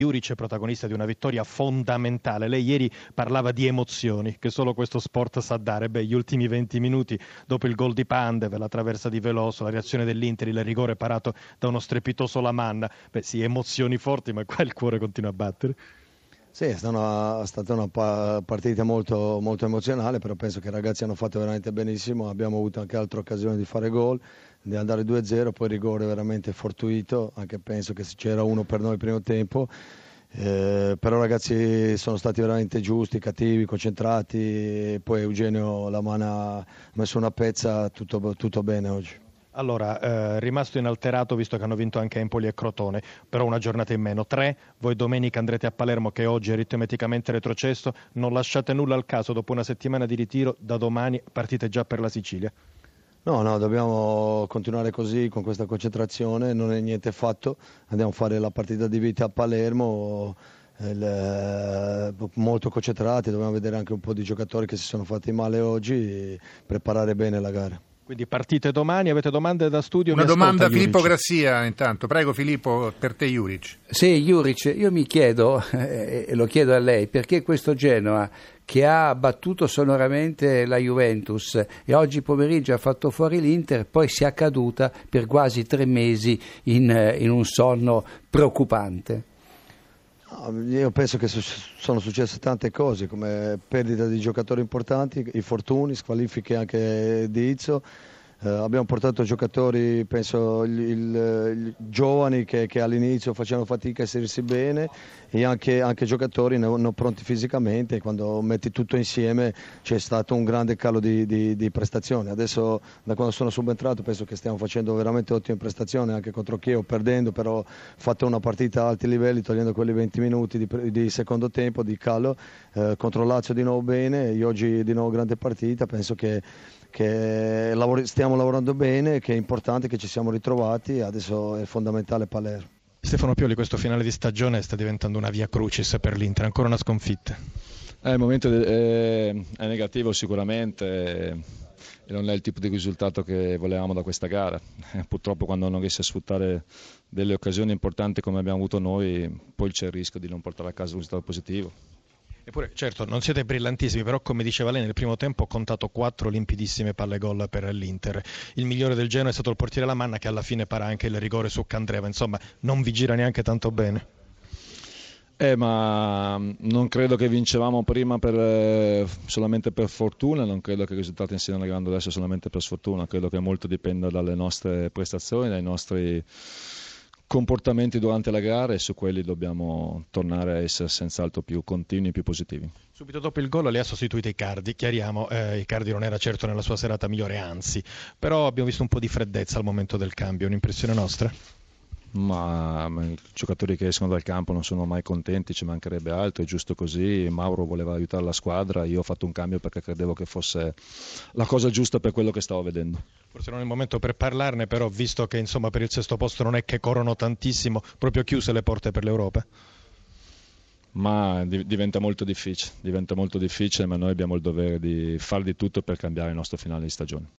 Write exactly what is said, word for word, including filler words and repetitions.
Juric è protagonista di una vittoria fondamentale. Lei ieri parlava di emozioni che solo questo sport sa dare. Beh, gli ultimi venti minuti dopo il gol di Pandev, la traversa di Veloso, la reazione dell'Inter, il rigore parato da uno strepitoso Lamanna. Beh, sì, emozioni forti, ma qua il cuore continua a battere. Sì, è stata una, è stata una partita molto, molto emozionale, però penso che i ragazzi hanno fatto veramente benissimo. Abbiamo avuto anche altre occasioni di fare gol, di andare due a zero, poi rigore veramente fortuito, anche penso che c'era uno per noi il primo tempo. Eh, però i ragazzi sono stati veramente giusti, cattivi, concentrati, poi Eugenio Lamanna ha messo una pezza, tutto, tutto bene oggi. Allora, eh, rimasto inalterato visto che hanno vinto anche Empoli e Crotone, però una giornata in meno, tre, voi domenica andrete a Palermo che oggi è aritmeticamente retrocesso, non lasciate nulla al caso dopo una settimana di ritiro, da domani partite già per la Sicilia. No, no, dobbiamo continuare così, con questa concentrazione, non è niente fatto, andiamo a fare la partita di vita a Palermo, il, molto concentrati, dobbiamo vedere anche un po' di giocatori che si sono fatti male oggi e preparare bene la gara. Quindi partite domani, avete domande da studio? Una Mi domanda a ascolta, Filippo Juric. Grassia intanto, prego Filippo, per te Juric. Sì, Juric, io mi chiedo, eh, e lo chiedo a lei, perché questo Genoa che ha battuto sonoramente la Juventus e oggi pomeriggio ha fatto fuori l'Inter, poi si è caduta per quasi tre mesi in, in un sonno preoccupante. Io penso che sono successe tante cose, come perdita di giocatori importanti, infortuni, squalifiche anche di Izzo. Eh, abbiamo portato giocatori, penso, il, il, giovani che, che all'inizio facevano fatica a inserirsi bene e anche, anche giocatori non, non pronti fisicamente. Quando metti tutto insieme c'è stato un grande calo di, di, di prestazioni. Adesso, da quando sono subentrato, penso che stiamo facendo veramente ottime prestazioni, anche contro Chievo, perdendo, però fatto una partita a alti livelli, togliendo quelli venti minuti di, di secondo tempo, di calo. Eh, contro Lazio di nuovo bene, io oggi di nuovo grande partita, penso che che lavori, stiamo lavorando bene, che è importante che ci siamo ritrovati, adesso è fondamentale Palermo. Stefano Pioli, questo finale di stagione sta diventando una via crucis per l'Inter, ancora una sconfitta. Eh, il momento è, è negativo sicuramente e non è il tipo di risultato che volevamo da questa gara. Eh, purtroppo quando non riesci a sfruttare delle occasioni importanti come abbiamo avuto noi, poi c'è il rischio di non portare a casa un risultato positivo. Eppure, certo, non siete brillantissimi, però come diceva lei nel primo tempo ho contato quattro limpidissime palle gol per l'Inter. Il migliore del Genoa è stato il portiere Lamanna che alla fine para anche il rigore su Candreva, insomma non vi gira neanche tanto bene. Eh, ma non credo che vincevamo prima per, eh, solamente per fortuna, non credo che i risultati stiano arrivando adesso solamente per sfortuna, credo che molto dipenda dalle nostre prestazioni, dai nostri comportamenti durante la gara e su quelli dobbiamo tornare a essere senz'altro più continui e più positivi. Subito dopo il gol le ha sostituito Icardi, chiariamo, eh, Icardi non era certo nella sua serata migliore, anzi, però abbiamo visto un po' di freddezza al momento del cambio, un'impressione nostra? Ma, ma i giocatori che escono dal campo non sono mai contenti, ci mancherebbe altro, è giusto così. Mauro voleva aiutare la squadra, io ho fatto un cambio perché credevo che fosse la cosa giusta per quello che stavo vedendo. Forse non è il momento per parlarne, però visto che insomma per il sesto posto non è che corrono tantissimo, proprio chiuse le porte per l'Europa? Ma diventa molto difficile, diventa molto difficile, ma noi abbiamo il dovere di far di tutto per cambiare il nostro finale di stagione.